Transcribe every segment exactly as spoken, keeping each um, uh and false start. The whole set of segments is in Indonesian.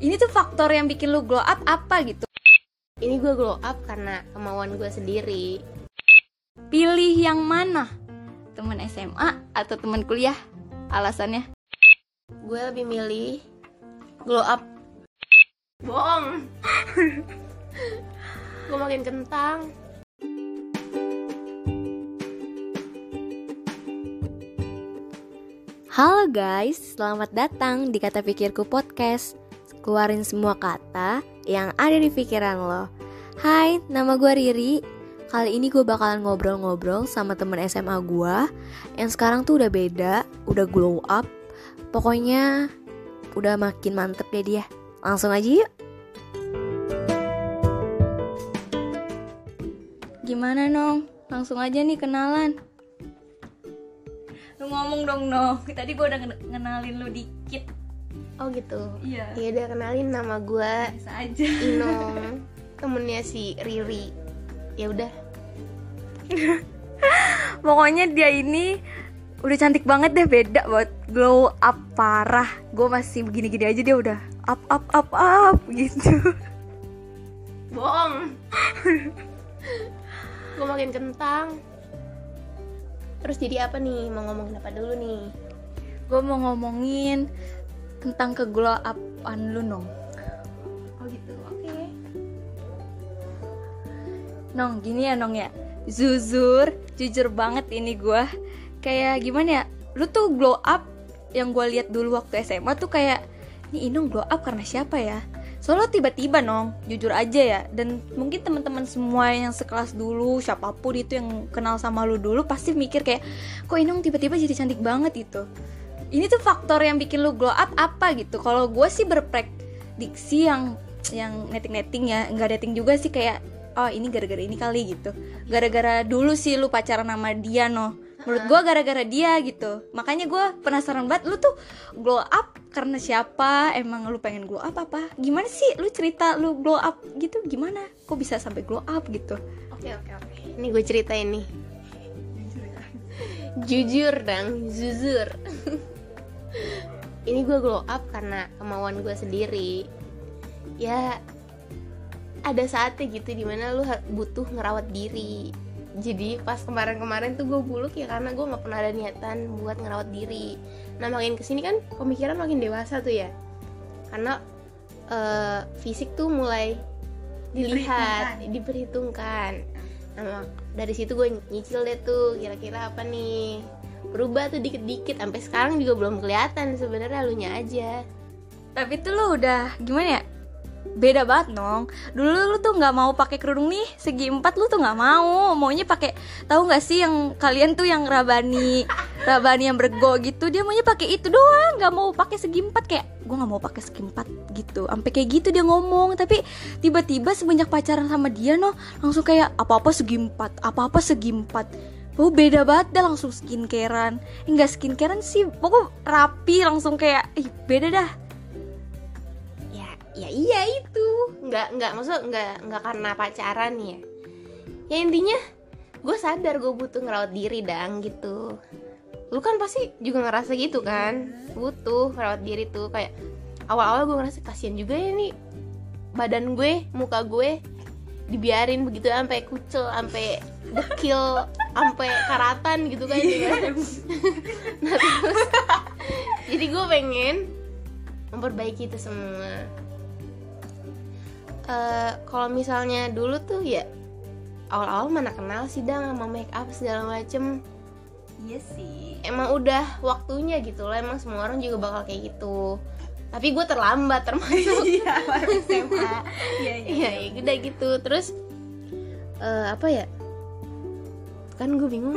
Ini tuh faktor yang bikin lu glow up apa gitu? Ini gue glow up karena kemauan gue sendiri. Pilih yang mana? Teman S M A atau teman kuliah? Alasannya? Gue lebih milih glow up. Bohong. Gue makin kentang. Halo guys, selamat datang di Kata Pikirku Podcast. Keluarin semua kata yang ada di pikiran lo. Hai, nama gue Riri. Kali ini gue bakalan ngobrol-ngobrol sama temen S M A gue yang sekarang tuh udah beda, udah glow up. Pokoknya udah makin mantep deh dia. Langsung aja yuk. Gimana Nong? Langsung aja nih kenalan. Lu ngomong dong Nong, tadi gue udah ngenalin lu dikit. Oh gitu. Iya. Ya udah, kenalin, nama gue Biasa aja. Inong, temennya si Riri. Ya udah. Pokoknya dia ini udah cantik banget deh, beda buat glow up parah. Gue masih begini-gini aja, dia udah up up up up gitu. Bohong. Gue makin kentang. Terus jadi apa nih? Mau ngomongin apa dulu nih? Gue mau ngomongin tentang ke glow up-an lu Nong. Oh gitu, oke okay. Nong, gini ya Nong ya, jujur, jujur banget ini gue. Kayak gimana ya, lu tuh glow up yang gue lihat dulu waktu S M A tuh kayak, ini Inong glow up karena siapa ya? Soalnya tiba-tiba Nong, jujur aja ya. Dan mungkin teman-teman semua yang sekelas dulu, siapapun itu yang kenal sama lu dulu pasti mikir kayak, kok Inong tiba-tiba jadi cantik banget itu. Ini tuh faktor yang bikin lu glow up apa gitu. Kalau gue sih berprediksi yang yang netting-netting ya, nggak dating juga sih, kayak oh ini gara-gara ini kali gitu. Gara-gara dulu sih lu pacaran sama dia no. Menurut gue gara-gara dia gitu. Makanya gue penasaran banget, lu tuh glow up karena siapa? Emang lu pengen glow up apa? Gimana sih lu cerita lu glow up gitu, gimana? Kok bisa sampai glow up gitu? Oke oke oke. Ini gue ceritain nih. Jujur dong, jujur. Ini gue glow up karena kemauan gue sendiri. Ya ada saatnya gitu dimana lu butuh ngerawat diri. Jadi pas kemarin-kemarin tuh gue buluk ya karena gue gak pernah ada niatan buat ngerawat diri. Nah makin kesini kan pemikiran makin dewasa tuh ya. Karena uh, fisik tuh mulai dilihat, diperhitungkan, diperhitungkan. Nah dari situ gue nyicil deh tuh kira-kira apa nih. Berubah tuh dikit-dikit, sampai sekarang juga belum kelihatan sebenarnya, lunya aja. Tapi tuh lu udah gimana ya? Beda banget Nong. Dulu lu tuh nggak mau pakai kerudung nih segi empat, lu tuh nggak mau, maunya pakai, tahu nggak sih yang kalian tuh yang rabani, rabani yang bergo gitu, dia maunya pakai itu doang, nggak mau pakai segi empat. Kayak gue nggak mau pakai segi empat gitu, sampai kayak gitu dia ngomong. Tapi tiba-tiba semenjak pacaran sama dia no, langsung kayak apa-apa segi empat, apa-apa segi empat. Oh beda banget dah, langsung skincarean. Enggak skincarean sih, pokoknya rapi, langsung kayak ih beda dah. Ya iya itu, nggak nggak maksud nggak nggak karena pacaran ya. Ya intinya gue sadar gue butuh ngerawat diri dang gitu. Lu kan pasti juga ngerasa gitu kan, butuh ngerawat diri tuh. Kayak awal-awal gue ngerasa kasian juga ya nih badan gue, muka gue dibiarin begitu sampai kucel, sampai dekil, sampai karatan gitu kan. Nah terus jadi gue pengen memperbaiki itu semua. Uh, kalau misalnya dulu tuh ya awal-awal mana kenal sih dang sama make up segala macem. Iya sih, emang udah waktunya gitu loh, emang semua orang juga bakal kayak gitu. Tapi gue terlambat termasuk. Iya, S M A. Iya iya ya udah gitu. Terus uh, apa ya, kan gue bingung.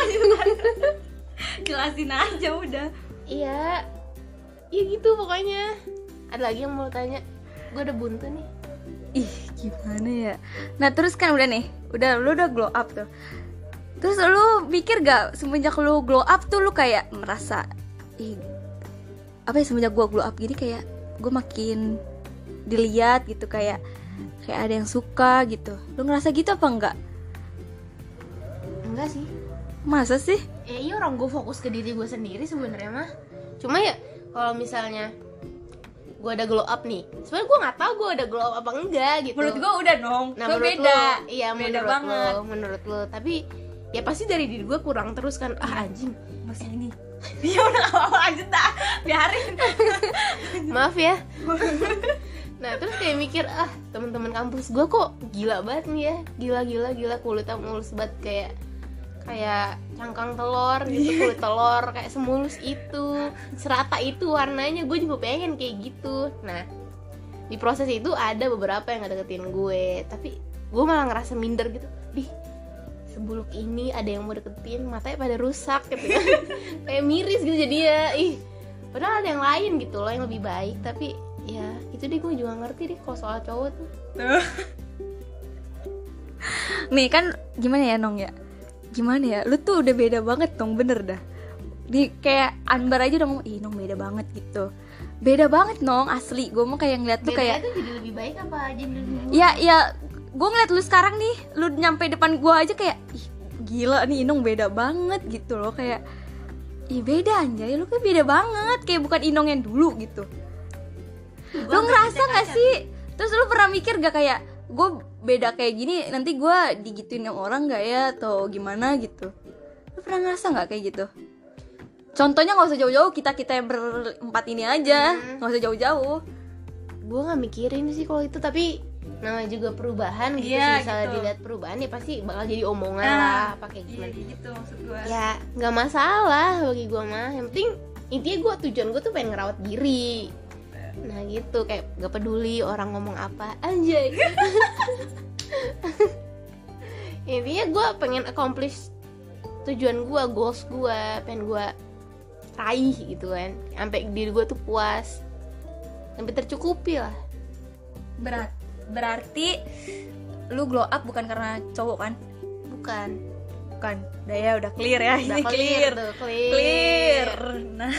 Jelasin aja udah. Iya iya gitu pokoknya. Ada lagi yang mau tanya? Gue udah buntu nih. Ih gimana ya. Nah terus kan udah nih, udah lu udah glow up tuh. Terus lu mikir gak semenjak lu glow up tuh lu kayak merasa, ih apa ya, semenjak gua glow up gini kayak gue makin dilihat gitu, kayak kayak ada yang suka gitu. Lu ngerasa gitu apa enggak? Enggak sih. Masa sih? Ya iya, orang gue fokus ke diri gue sendiri sebenarnya mah. Cuma ya kalau misalnya gue ada glow up nih. Sebenarnya gue nggak tahu gue ada glow up apa enggak gitu. Menurut gue udah dong. Nah, Gua menurut beda. lo, iya beda menurut banget. lo, menurut lo. Tapi ya pasti dari diri gue kurang terus kan. Ah anjing. Masih ini. Ya udah nggak apa-apa lanjut dah. Biarin. Maaf ya. Nah terus kayak mikir ah teman-teman kampus gue kok gila banget nih ya, gila gila gila kulitnya mulus banget kayak kayak cangkang telur gitu, kulit telur kayak semulus itu, serata itu warnanya, gue juga pengen kayak gitu. Nah di proses itu ada beberapa yang ngedeketin gue, tapi gue malah ngerasa minder gitu, di sebuluk ini ada yang mau deketin, matanya pada rusak gitu kan. Kayak miris gitu jadi ya, ih padahal ada yang lain gitu loh yang lebih baik. Tapi ya itu deh, gue juga ngerti deh kalau soal cowok tuh. Nih kan gimana ya Nong ya, gimana ya, lu tuh udah beda banget Nong, bener dah. Di kayak Anbar aja udah ngomong, ih Nong beda banget gitu. Beda banget Nong, asli. Gue mau kayak ngeliat tuh kayak Bedanya tuh jadi lebih baik apa aja dulu. ya ya gue ngeliat lu sekarang nih, lu nyampe depan gue aja kayak ih gila nih Inong beda banget gitu loh. Kayak ih beda anjay, lu kan beda banget, kayak bukan Inong yang dulu gitu. Lu ngerasa gak sih? Terus lu pernah mikir gak kayak gue beda kayak gini nanti gue digituin yang orang gak ya, atau gimana gitu? Lu pernah ngerasa gak kayak gitu? Contohnya gak usah jauh-jauh, kita-kita yang berempat ini aja, hmm. gak usah jauh-jauh. Gue gak mikirin sih kalau itu, tapi namanya juga perubahan gitu. Iya, Misalnya gitu. dilihat perubahan ya pasti bakal jadi omongan Nah, lah, pakai Iya gimana. gitu maksud gue. Ya gak masalah bagi gue mah, yang penting intinya gue tujuan gue tuh pengen ngerawat diri. Nah gitu, kayak gak peduli orang ngomong apa, anjay. Intinya gue pengen accomplish tujuan gue, goals gue, pengen gue raih gitu kan, sampai diri gue tuh puas, sampai tercukupi lah. Berat, berarti lu glow up bukan karena cowok kan? Bukan. Bukan. Udah ya, udah clear ya. Udah Ini clear tuh, clear. Clear. Nah.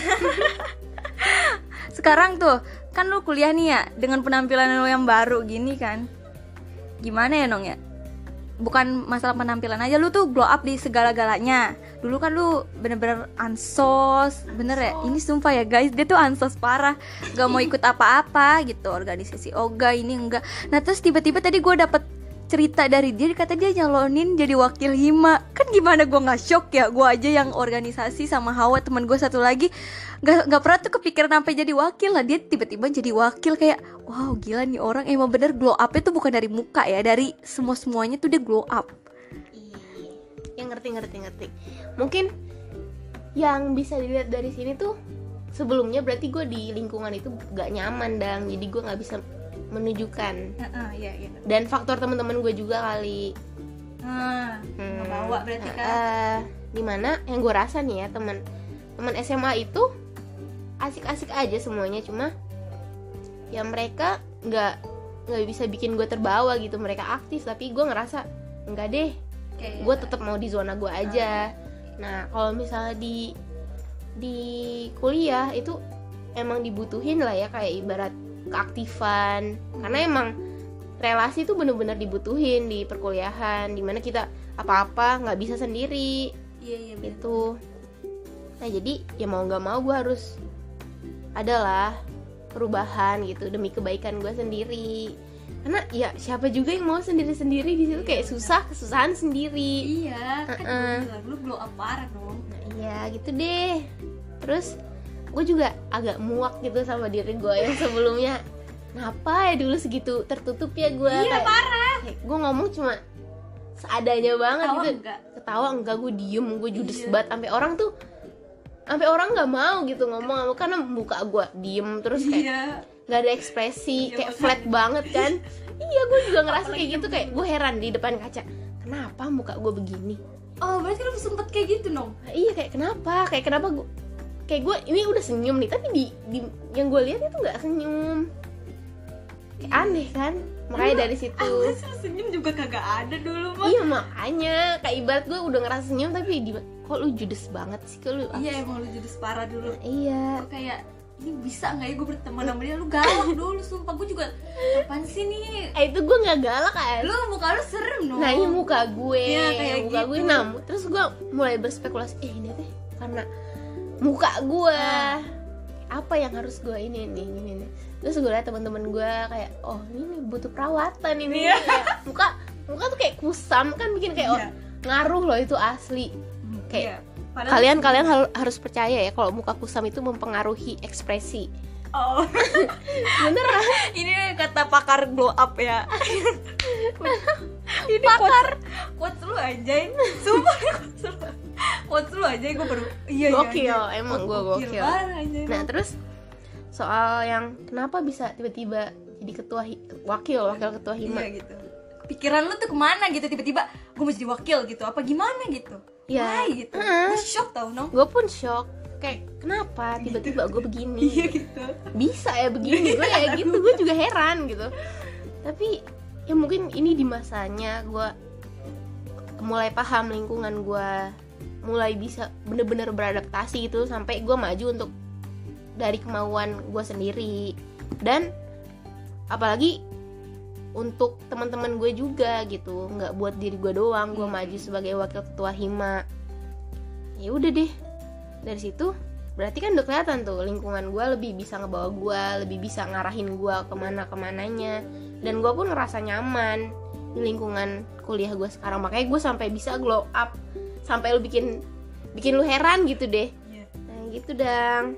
Sekarang tuh kan lu kuliah nih ya, dengan penampilan lu yang baru gini kan. Gimana ya Nong ya? Bukan masalah penampilan aja, lu tuh glow up di segala-galanya. Dulu kan lu bener-bener ansos, bener ya? Ini sumpah ya guys, dia tuh ansos parah, gak mau ikut apa-apa gitu, organisasi oga ini enggak. Nah terus tiba-tiba tadi gue dapet cerita dari dia, kata dia nyalonin jadi wakil hima. Kan gimana gue nggak shock ya, gue aja yang organisasi sama Hawa teman gue satu lagi nggak nggak pernah tuh kepikiran sampai jadi wakil lah, dia tiba-tiba jadi wakil. Kayak wow gila nih orang, emang bener glow up itu bukan dari muka ya, dari semua semuanya tuh dia glow up. Iya, yang ngerti ngerti ngerti. Mungkin yang bisa dilihat dari sini tuh sebelumnya berarti gue di lingkungan itu gak nyaman dang, jadi gue nggak bisa menunjukkan. Uh, uh, iya, iya. Dan faktor teman-teman gue juga kali. Uh, Hmm, ngebawa berarti kan. Uh, dimana yang gue rasa nih ya, teman teman S M A itu asik-asik aja semuanya, cuma ya mereka nggak nggak bisa bikin gue terbawa gitu. Mereka aktif tapi gue ngerasa enggak deh, Kayak gue tetap mau di zona gue aja. Nah kalau misalnya di di kuliah itu emang dibutuhin lah ya, kayak ibarat keaktifan, karena emang relasi itu bener-bener dibutuhin di perkuliahan, dimana kita apa-apa nggak bisa sendiri. Iya iya bener. Itu nah jadi ya mau nggak mau gue harus adalah perubahan gitu demi kebaikan gue sendiri, karena ya siapa juga yang mau sendiri-sendiri di situ, kayak susah kesusahan sendiri. Iya kan Uh-uh. gue bilang, lu glow up parah dong. Nah iya gitu deh. Terus gue juga agak muak gitu sama diri gue yang sebelumnya. Kenapa ya dulu segitu tertutup ya gue? Iya kayak, parah. kayak gue ngomong cuma seadanya banget Ketawa gitu. enggak? Ketawa enggak, gue diem, gue judes Iya. banget. Sampai orang tuh, sampai orang nggak mau gitu ngomong sama, karena muka gue diem terus kayak Iya. nggak ada ekspresi, Iya, kayak makanya. flat banget kan. Iya gue juga ngerasa Apalagi kayak gitu, kayak gue heran di depan kaca, kenapa muka gue begini? Oh berarti lu sempet kayak gitu dong? Nah, iya kayak kenapa, kayak kenapa gue, kayak gue ini udah senyum nih, tapi di, di yang gue lihat itu nggak senyum, kayak aneh kan. Makanya dari situ, Aku sih senyum juga kagak ada dulu mah. iya makanya kayak ibarat gue udah ngerasa senyum tapi di, kok lu judes banget sih, kok lu Iya emang lu jadi parah dulu. iya. Gue kayak ini bisa nggak ya gue berteman sama dia, lu galak dulu sumpah. Gue juga apaan sih nih, Eh itu gue nggak galak kan. lu muka lu serem dong. Nah ini muka gue, Iya, kayak muka gitu. gue namu. Terus gue mulai berspekulasi, eh ini teh karena muka gue, Ah. apa yang harus gue ini nih, ini nih. Terus gue liat teman-teman gue kayak, oh ini butuh perawatan ini. Iya. Kayak muka muka tuh kayak kusam kan, bikin kayak Iya. oh, ngaruh loh itu asli. Kayak Iya. Padahal kalian kalian hal- harus percaya ya kalau muka kusam itu mempengaruhi ekspresi. oh Beneran. ini kata pakar glow up ya. Ini pakar quotes lu anjay. Sumpah quotes lu. Quotes lu anjay gue baru iya iya. Gokil, anjay. emang gue gokil. banget, anjay. Nah terus soal yang kenapa bisa tiba-tiba jadi ketua hi- wakil wakil ketua hima. Iya gitu. Pikiran lu tuh kemana gitu tiba-tiba gue mau jadi wakil gitu apa gimana gitu. Ya. Why gitu. Heeh. Gue shock tau nong. Gue pun shock. Kayak kenapa tiba-tiba gue begini? Iya gitu. Bisa ya begini, gue ya gitu, gue juga heran gitu. Tapi ya mungkin ini di masanya gue mulai paham lingkungan gue, mulai bisa bener-bener beradaptasi gitu sampai gue maju untuk dari kemauan gue sendiri. Dan apalagi untuk teman-teman gue juga gitu, nggak buat diri gue doang, gue maju sebagai wakil ketua hima. Ya udah deh, dari situ berarti kan udah kelihatan tuh lingkungan gue lebih bisa ngebawa gue, lebih bisa ngarahin gue kemana kemananya, dan gue pun ngerasa nyaman di lingkungan kuliah gue sekarang. Makanya gue sampai bisa glow up, sampai lu bikin bikin lu heran gitu deh. Iya. Nah gitu dang.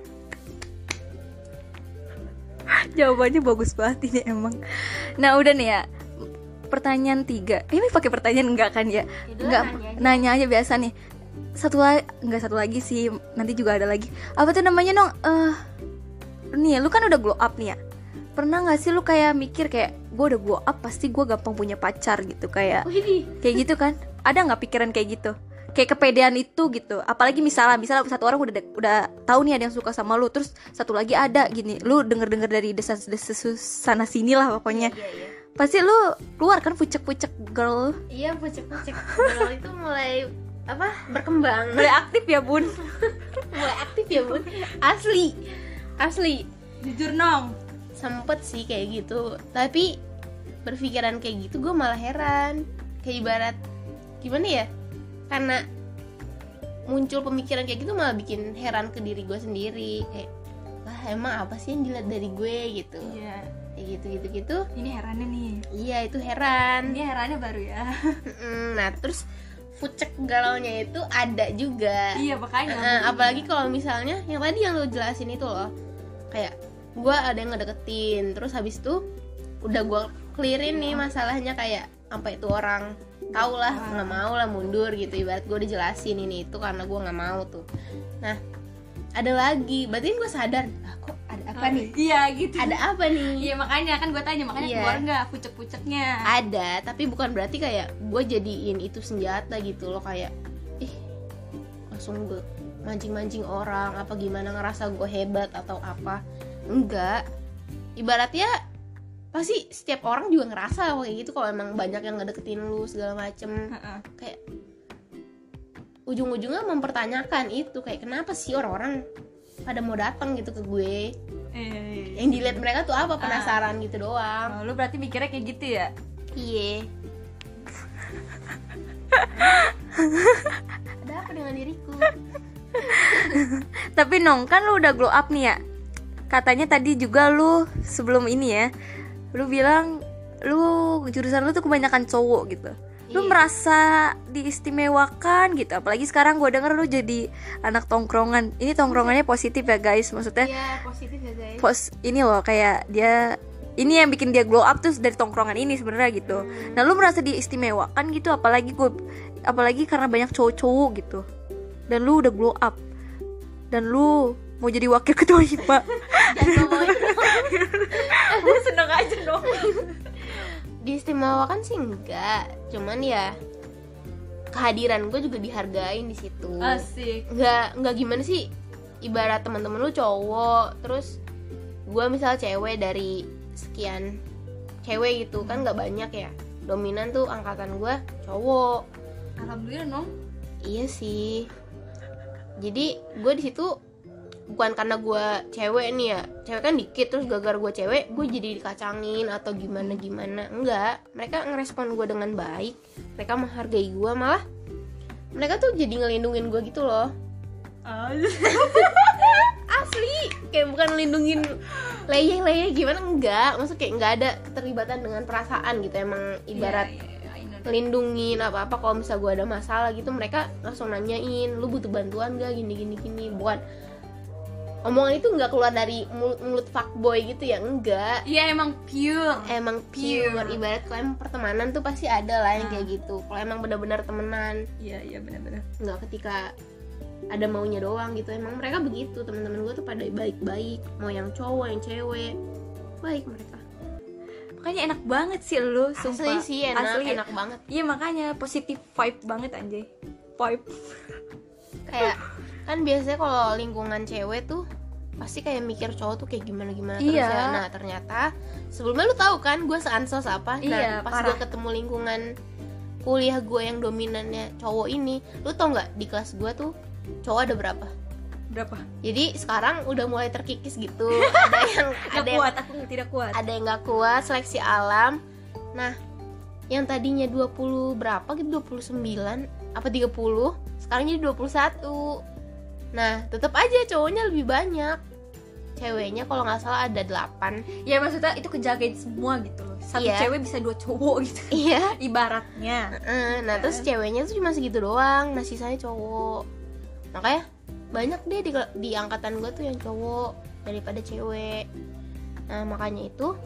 Jawabannya bagus banget ini emang. Nah udah nih ya, pertanyaan tiga. Ini pakai pertanyaan enggak kan ya? Yaudah, Enggak, nanya aja. nanya aja biasa nih. Satu lagi, enggak satu lagi sih, nanti juga ada lagi. Apa tuh namanya Nong? Eh, nih lu kan udah glow up nih ya. Pernah nggak sih lu kayak mikir kayak gue udah glow up pasti gue gampang punya pacar gitu kayak Widih. kayak gitu kan? Ada nggak pikiran kayak gitu? Kayak kepedean itu gitu. Apalagi misalnya misalnya satu orang udah udah tahu nih ada yang suka sama lu, terus satu lagi ada gini, lu denger-denger dari desas-desus sana sini lah pokoknya. Iya, iya. Pasti lu keluar kan pucek-pucek girl. Iya, pucek-pucek girl itu mulai apa? Berkembang. Mulai aktif ya bun. mulai aktif ya, Bun. Asli. Asli. Jujur Nong. Sempet sih kayak gitu, tapi berpikiran kayak gitu gue malah heran. Kayak ibarat gimana ya, karena muncul pemikiran kayak gitu malah bikin heran ke diri gue sendiri. Kayak wah emang apa sih yang dilihat dari gue gitu. Iya. Kayak gitu gitu gitu. Ini herannya nih. Iya itu heran. Ini herannya baru ya. Mm, nah terus pucek galaunya itu ada juga. Iya makanya. Eh, apalagi kalau misalnya yang tadi yang lo jelasin itu loh, kayak gue ada yang ngedeketin, terus habis itu udah gue clearin nih masalahnya, kayak sampai itu orang tau lah nggak mau lah mundur gitu, ibarat gue udah jelasin ini itu karena gue nggak mau tuh. Nah ada lagi, berarti gue sadar ah, kok ada apa nih, Iya gitu. ada apa nih. Iya makanya kan gue tanya makanya Iya. keluar nggak pucek-puceknya. Ada, tapi bukan berarti kayak gue jadiin itu senjata gitu loh, kayak ih langsung gue mancing-mancing orang apa gimana, ngerasa gue hebat atau apa. Enggak, ibaratnya pasti setiap orang juga ngerasa kayak gitu kalau emang banyak yang ngedeketin lu segala macem. Heeh. Kayak ujung-ujungnya mempertanyakan itu, kayak kenapa sih orang-orang pada mau datang gitu ke gue. Eh, Yang dilihat mereka tuh apa, penasaran gitu doang. oh, lu berarti mikirnya kayak gitu ya? Iya. Ada apa dengan diriku? Tapi Nong, kan lu udah glow up nih ya. Katanya tadi juga lu sebelum ini ya, lu bilang lu jurusan lu tuh kebanyakan cowok gitu. Lu Iya. merasa diistimewakan gitu. Apalagi sekarang gue denger lu jadi anak tongkrongan. Ini tongkrongannya positif ya guys. Maksudnya Iya, positif ya guys. pos ini loh kayak dia ini yang bikin dia glow up tuh dari tongkrongan ini sebenarnya gitu. Nah lu merasa diistimewakan gitu, apalagi gue apalagi karena banyak cowok-cowok gitu. Dan lu udah glow up. Dan lu mau jadi wakil ketua hima. Gue seneng aja dong. Diistimewakan sih enggak, cuman ya kehadiran gue juga dihargain di situ. Asik. Enggak enggak gimana sih, ibarat teman-teman lu cowok, terus gue misal cewek dari sekian cewek gitu kan nggak banyak ya, dominan tuh angkatan gue cowok. Alhamdulillah Nong. Iya sih. Jadi gue di situ bukan karena gue cewek nih ya, cewek kan dikit, terus gara-gara gue cewek gue jadi dikacangin atau gimana gimana. Enggak, mereka ngerespon gue dengan baik, mereka menghargai gue, malah mereka tuh jadi ngelindungin gue gitu loh. asli kayak bukan ngelindungin leyeh-leyeh gimana, enggak, maksud kayak nggak ada keterlibatan dengan perasaan gitu, emang ibarat Iya, iya, I know that. ngelindungin apa-apa. Kalau misalnya gue ada masalah gitu, mereka langsung nanyain, lu butuh bantuan gak, gini gini gini. Bukan omongan itu nggak keluar dari mulut-mulut fuckboy gitu ya, enggak, Iya emang pure. emang pure. Pure. Ibarat kalau emang pertemanan tuh pasti ada lah yang Ah. kayak gitu. Kalau emang benar-benar temenan, Iya iya benar-benar. nggak ketika ada maunya doang gitu. Emang mereka begitu, teman-teman gue tuh pada baik-baik, mau yang cowok yang cewek baik mereka. Makanya enak banget sih lu, sumpah. Asli sih enak, Asli. enak banget. Iya makanya positif vibe banget anjay. Vibe. Kayak kan biasanya kalau lingkungan cewek tuh pasti kayak mikir cowok tuh kayak gimana gimana terus Iya. ya. Nah ternyata sebelumnya lu tahu kan gue seansos apa. Nah Iya, pas parah. gue ketemu lingkungan kuliah gue yang dominannya cowok ini, lu tau nggak di kelas gue tuh cowok ada berapa? Berapa? Jadi sekarang udah mulai terkikis gitu. Ada yang Gak ada yang, kuat, aku tidak kuat. ada yang nggak kuat seleksi alam. Nah yang tadinya dua puluh berapa gitu, dua puluh sembilan apa tiga puluh, sekarang jadi dua puluh satu. Nah tetap aja cowoknya lebih banyak, ceweknya kalau nggak salah ada delapan. Ya maksudnya itu kejagain semua gitu loh. Satu Iya. cewek bisa dua cowok gitu. Iya. Ibaratnya. Eh, nah terus ceweknya tuh cuma segitu doang, nah sisanya cowok. Makanya banyak deh di, di angkatan gue tuh yang cowok daripada cewek. Nah makanya itu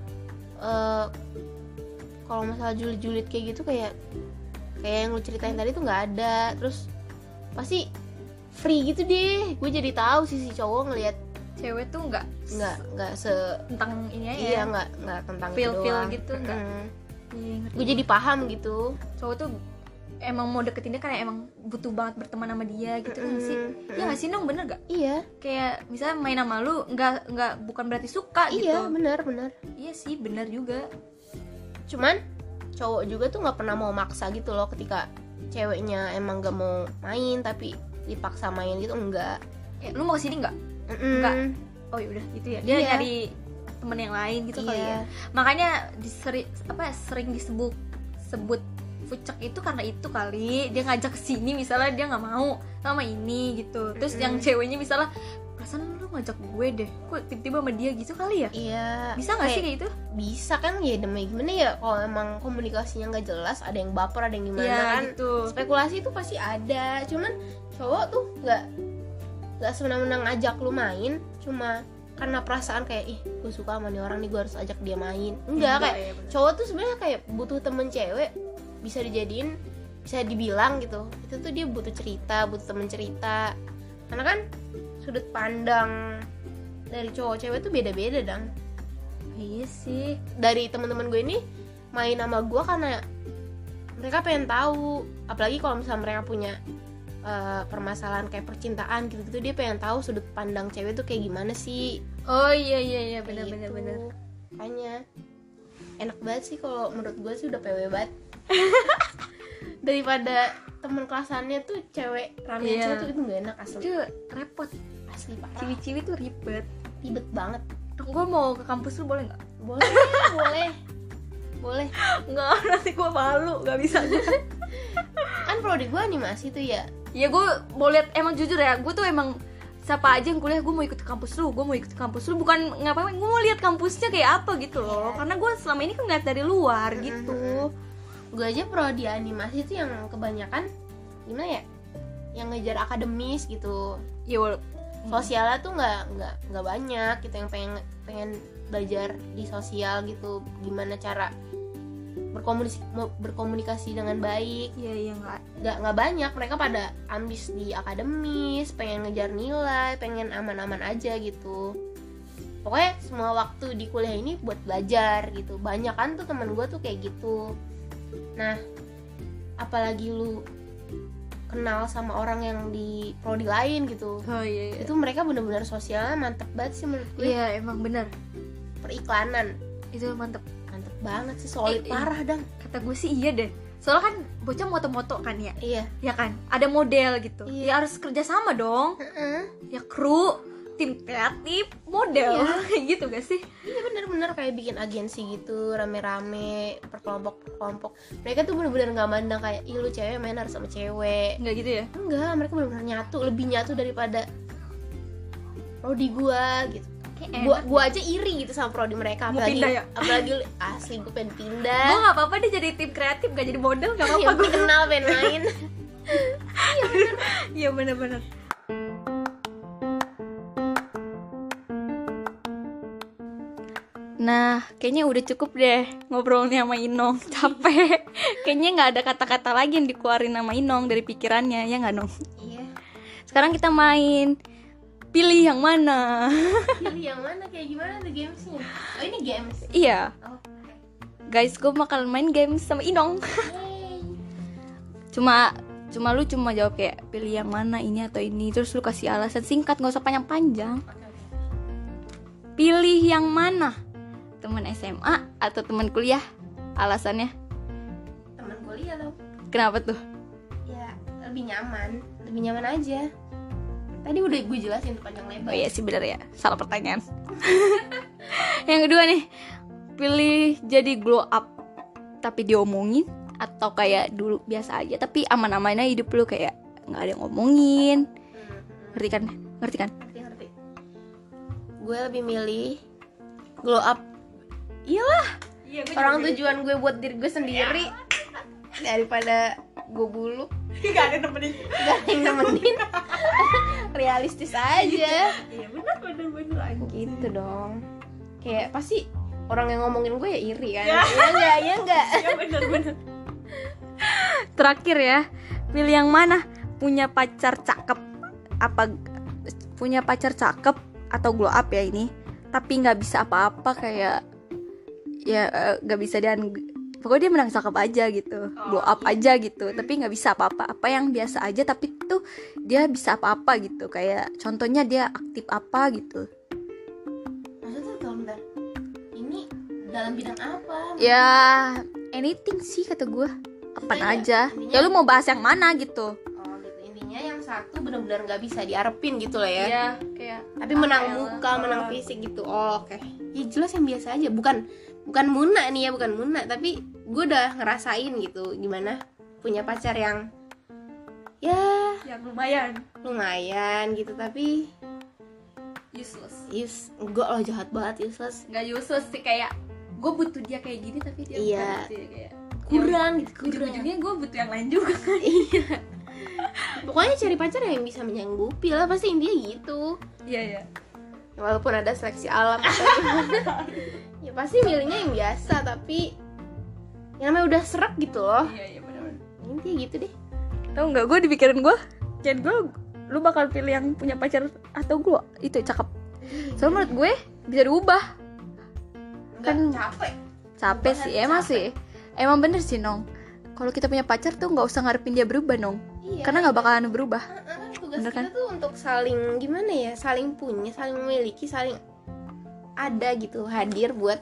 eh kalau masalah julid-julid kayak gitu, kayak kayak yang lu ceritain tadi tuh nggak ada. Terus pasti free gitu deh, gue jadi tahu sisi cowok ngelihat Cewek tuh nggak nggak nggak se tentang ini aja. iya nggak nggak tentang itu Feel-feel doang. gitu, nggak. Mm. Iya, ngerti. Gue jadi paham gitu. Cowok tuh emang mau deketin dia karena emang butuh banget berteman sama dia gitu kan sih. Mm-mm. Iya nggak sih Nong, bener gak? Iya Kayak misalnya main sama lu nggak nggak bukan berarti suka gitu. iya benar benar. Iya sih bener juga. Cuman cowok juga tuh nggak pernah mau maksa gitu loh, ketika ceweknya emang gak mau main tapi dipaksa main gitu, enggak. Eh, lu mau kesini nggak? Mm-mm. Enggak. Oh ya udah gitu ya. Dia Iya. nyari temen yang lain gitu kali Iya. ya. Makanya diseri, apa sering disebut sebut fucek itu karena itu kali. Dia ngajak kesini misalnya dia nggak mau sama ini gitu. Terus Mm-mm. yang ceweknya misalnya perasaan lu ngajak gue deh, kok tiba-tiba sama dia gitu kali ya? Iya. Bisa nggak sih kayak gitu? Bisa kan ya, demi gimana ya, kalau emang komunikasinya nggak jelas, ada yang baper, ada yang gimana Iya kan. gitu. Spekulasi itu pasti ada. Cuman cowok tuh nggak nggak semena-mena ngajak lu main cuma karena perasaan kayak ih gue suka sama nih orang nih, gue harus ajak dia main. Enggak, kayak ya, bener. cowok tuh sebenarnya kayak butuh temen cewek, bisa dijadiin, bisa dibilang gitu, itu tuh dia butuh cerita, butuh temen cerita. Karena kan sudut pandang dari cowok cewek tuh beda-beda dong. Iya sih. Dari teman-teman gue ini main sama gue karena mereka pengen tahu, apalagi kalau misalnya mereka punya uh, permasalahan kayak percintaan gitu-gitu, dia pengen tahu sudut pandang cewek tuh kayak gimana sih. Oh iya iya iya Kayak benar-benar gitu. benar. Makanya enak banget sih, kalau menurut gue sih udah P W banget. Daripada temen kelasannya tuh cewek, ramean Iya. cewek tuh itu gak enak asli. Itu repot. Asli parah, Ciwi-ciwi tuh ribet. ribet banget. Gue mau ke kampus lu boleh nggak? Boleh, boleh, boleh. Nggak, nanti gue malu, nggak bisa gue. Kan prodi gue animasi tuh ya. Ya gue mau lihat, emang jujur ya, gue tuh emang siapa aja yang kuliah gue mau ikut ke kampus lu, gue mau ikut ke kampus lu, bukan ngapain, gue mau lihat kampusnya kayak apa gitu loh. Iya. Karena gue selama ini kan ngeliat dari luar gitu. Gue aja prodi animasi tuh yang kebanyakan gimana ya, yang ngejar akademis gitu. Ya wala- Sosialnya tuh nggak nggak nggak banyak gitu, yang pengen pengen belajar di sosial gitu, gimana cara berkomunikasi berkomunikasi dengan baik. Iya iya nggak. Nggak nggak banyak, mereka pada ambis di akademis, pengen ngejar nilai, pengen aman-aman aja gitu. Pokoknya semua waktu di kuliah ini buat belajar gitu. Banyak kan tuh temen gue tuh kayak gitu. Nah, apalagi lu kenal sama orang yang di prodi lain gitu, Oh iya. Iya, itu mereka benar-benar sosialnya mantep banget sih menurut gue. iya emang bener. Periklanan Itu mantep. mantep banget sih, solid Eh, eh. parah dong. Kata gue sih iya deh. Soalnya kan bocah moto-moto kan ya, Iya. ya kan. Ada model gitu. Iya. Ya harus kerja sama dong. Heeh. Ya kru, tim kreatif, model, Iya. gitu gak sih? Iya bener-bener kayak bikin agensi gitu, rame-rame, perkelompok-perkelompok. Mereka tuh bener-bener gak mandang kayak, ih lu cewek main harus sama cewek. Enggak gitu ya? Enggak, mereka bener-bener nyatu, lebih nyatu daripada prodi gua gitu. Kayak Gua enak gua aja iri gitu sama prodi mereka, Mau apalagi pindah ya? apalagi asli gue pengen pindah. gue nggak apa-apa deh jadi tim kreatif gak jadi model nggak apa-apa Yang gue kenal pengen main. iya bener-bener. Nah, kayaknya udah cukup deh ngobrolnya sama Inong. Capek. Kayaknya nggak ada kata-kata lagi yang dikeluarin sama Inong dari pikirannya, ya nggak Nong? Iya. Sekarang kita main pilih yang mana. Pilih yang mana, kayak gimana tuh gamesnya? Oh ini games. Iya, Oh. guys, gue bakal main game sama Inong. Yeay. Cuma, cuma lu cuma jawab kayak pilih yang mana, ini atau ini. Terus lu kasih alasan singkat, nggak usah panjang-panjang. Pilih yang mana? Teman S M A atau teman kuliah? Alasannya Temen kuliah loh. kenapa tuh? Ya lebih nyaman, lebih nyaman aja. Tadi udah gue jelasin tuh panjang lebar. Oh iya sih bener ya, salah pertanyaan. Yang kedua nih, pilih jadi glow up tapi diomongin, atau kayak dulu biasa aja tapi aman-aman aja hidup lu, kayak nggak ada yang ngomongin. Hmm, Ngerti kan? Ngerti kan? ngerti ngerti. Gue lebih milih glow up. Iyalah, Iya, orang tujuan gue buat diri gue sendiri daripada gue buluk. Gak ada nemenin. Gak ada yang nemenin. Realistis aja. Iya bener bener bener aja. Gitu dong. Kayak pasti orang yang ngomongin gue ya iri kan. Iya enggak, iya enggak. Iya bener bener. Terakhir ya, pilih yang mana? Punya pacar cakep apa punya pacar cakep atau glow up ya ini, tapi nggak bisa apa-apa, kayak ya nggak bisa, dan pokoknya dia menang cakep aja gitu, glow up aja gitu, tapi nggak bisa apa-apa, apa yang biasa aja tapi tuh dia bisa apa-apa gitu, kayak contohnya dia aktif apa gitu. Maksudnya kalau bentar, ini dalam bidang apa? Ya anything sih kata gue, apaan Intinya- aja intinya- ya, lu mau bahas yang mana gitu. Oh gitu, intinya yang satu benar-benar nggak bisa diarepin gitu lah ya. Ya kayak Tapi menang apa ya, muka, lah. menang fisik gitu. Oh, oke. Ya jelas yang biasa aja, bukan bukan muna nih ya, bukan muna, tapi gue udah ngerasain gitu gimana punya pacar yang ya yang lumayan lumayan gitu, tapi useless. Yus, enggak loh, jahat banget useless. Nggak useless sih, kayak gue butuh dia kayak gini tapi dia Iya. bukan gitu ya, kayak Kurang gitu, kurang. ujung-ujungnya gue butuh yang lain juga kan. Pokoknya cari pacar yang bisa menyanggupi lah, pasti intinya gitu. Iya ya. Walaupun ada seleksi alam atau gimana, ya pasti milihnya yang biasa, tapi yang namanya udah serak gitu loh. Iya iya benar-benar. Intinya gitu deh. Tahu nggak, gue dipikirin gue, Jen, gue lu bakal pilih yang punya pacar atau gue itu cakep. Soalnya menurut gue bisa diubah. Kan- capek. Capek Perubahan sih, emang capek. sih. Emang bener sih Nong. Kalau kita punya pacar tuh nggak usah ngarepin dia berubah Nong. Iya. Karena nggak bakalan berubah. Kan tugas Bener kita kan? tuh untuk saling gimana ya, saling punya, saling memiliki, saling ada gitu, hadir buat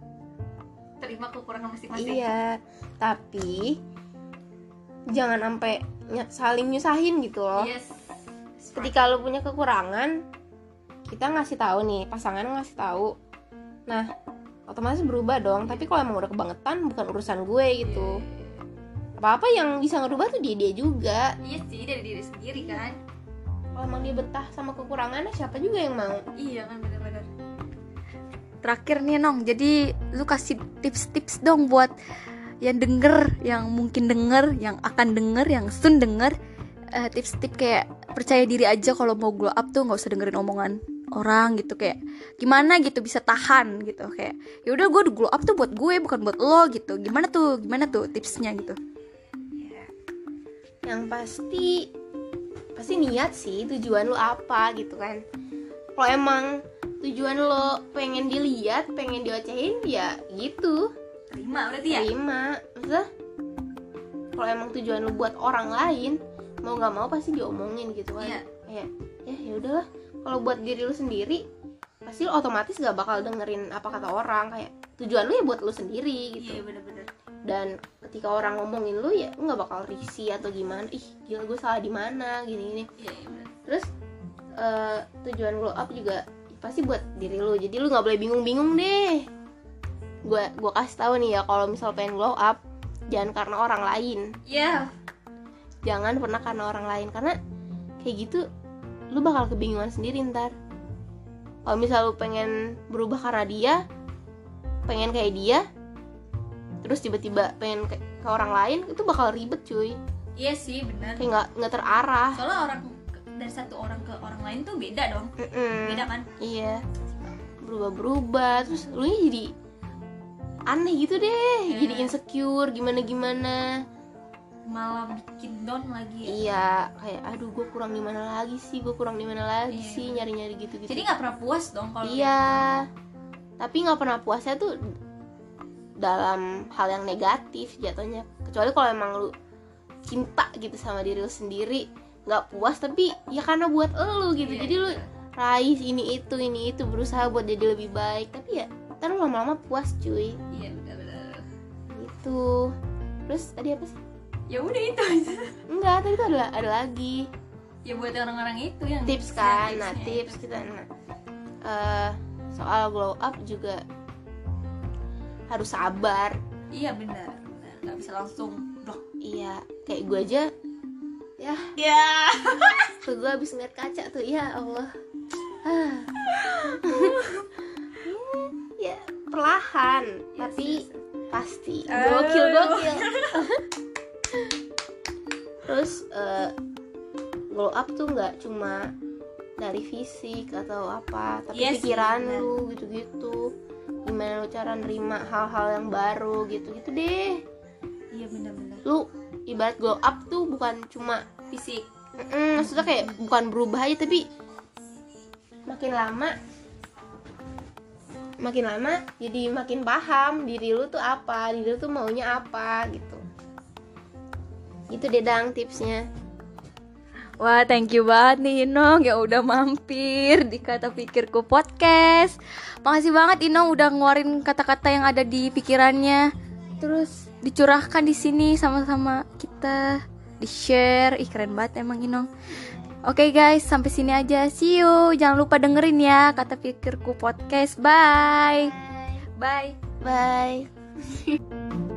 Terima kekurangan iya. Tapi jangan sampai ny- saling nyusahin gitu loh. Yes. Ketika lo punya kekurangan, kita ngasih tahu nih, pasangan ngasih tahu. Nah, otomatis berubah dong. Tapi kalau emang udah kebangetan, bukan urusan gue gitu. Apa-apa yang bisa ngerubah tuh dia dia juga. Iya sih, dari diri sendiri kan. Kalau emang dia betah sama kekurangannya, siapa juga yang mau? Iya kan, benar-benar. Terakhir nih Nong, jadi lu kasih tips-tips dong buat yang denger, yang mungkin denger, yang akan denger, yang soon denger, uh, tips-tips kayak percaya diri aja kalau mau glow up tuh nggak usah dengerin omongan orang gitu, kayak gimana gitu bisa tahan gitu, kayak ya udah gue glow up tuh buat gue bukan buat lo gitu. Gimana tuh, gimana tuh tipsnya gitu? Yang pasti pasti niat sih, tujuan lu apa gitu kan. Kalau emang tujuan lo pengen dilihat, pengen diocehin, ya gitu, Terima berarti ya? terima. Maksudnya kalau emang tujuan lu buat orang lain, mau nggak mau pasti diomongin gitu kan. Iya. Kayak ya ya udahlah, kalau buat diri lu sendiri pasti lu otomatis gak bakal dengerin apa kata orang. Kayak tujuan lu ya buat lu sendiri gitu. Iya benar-benar. Dan ketika orang ngomongin lu ya lu nggak bakal risih atau gimana, ih gila gue salah di mana gini gini. Iya iya benar. Terus eh, tujuan glow up juga pasti buat diri lu, jadi lu nggak boleh bingung-bingung deh. Gue gue kasih tahu nih ya, kalau misal pengen glow up, jangan karena orang lain, Iya. jangan pernah karena orang lain, karena kayak gitu lu bakal kebingungan sendiri ntar. Kalau misal lu pengen berubah karena dia, pengen kayak dia, terus tiba-tiba pengen ke, ke orang lain, itu bakal ribet cuy. Iya sih benar. Kayak nggak nggak terarah. Soalnya orang dari satu orang ke orang lain tuh beda dong. Mm-mm. Beda kan? Iya. Berubah-berubah, terus lu nya jadi aneh gitu deh, Iya. jadi insecure gimana-gimana. Malah bikin down lagi. Iya, kayak aduh gue kurang di mana lagi sih, gue kurang di mana lagi Iya. sih, nyari-nyari gitu-gitu. Jadi nggak pernah puas dong kalau Iya. Tapi nggak pernah puasnya tuh dalam hal yang negatif jatuhnya. Kecuali kalau emang lu cinta gitu sama diri lu sendiri, nggak puas tapi ya karena buat lu gitu. Iya, Jadi lu iya. raih ini itu ini itu, berusaha buat jadi lebih baik, tapi ya ntar lu lama-lama puas cuy. Iya benar-benar. Gitu. Terus tadi apa sih? Ya udah itu aja. Enggak, tadi tuh ada ada lagi Ya buat orang-orang itu yang tips yang kan. Nah, tipsnya tips itu. kita nah, eh, soal glow up juga harus sabar. Iya benar, benar. Nggak bisa langsung blok. Iya, kayak gue aja ya, Ya. tuh gue habis ngeliat kaca tuh, ya Allah. Ah. Ya, perlahan Yes, tapi yes. pasti. Aduh. Gokil gokil. Terus eh, glow up tuh nggak cuma dari fisik atau apa, tapi Iya sih, pikiran benar. lu gitu-gitu. Gimana lu cara nerima hal-hal yang baru gitu-gitu deh. Iya benar-benar. Lu ibarat glow up tuh bukan cuma Fisik. mm, maksudnya kayak bukan berubah aja, tapi makin lama makin lama jadi makin paham diri lu tuh apa, diri lu tuh maunya apa gitu. Gitu deh Dang tipsnya. Wah, thank you banget nih Inong yang udah mampir di Kata Pikirku Podcast. Makasih banget Inong udah ngeluarin kata-kata yang ada di pikirannya, terus dicurahkan di sini sama-sama kita, di-share. Ih, keren banget emang Inong. Oke guys, sampai sini aja. See you. Jangan lupa dengerin ya Kata Pikirku Podcast. Bye. Bye. Bye.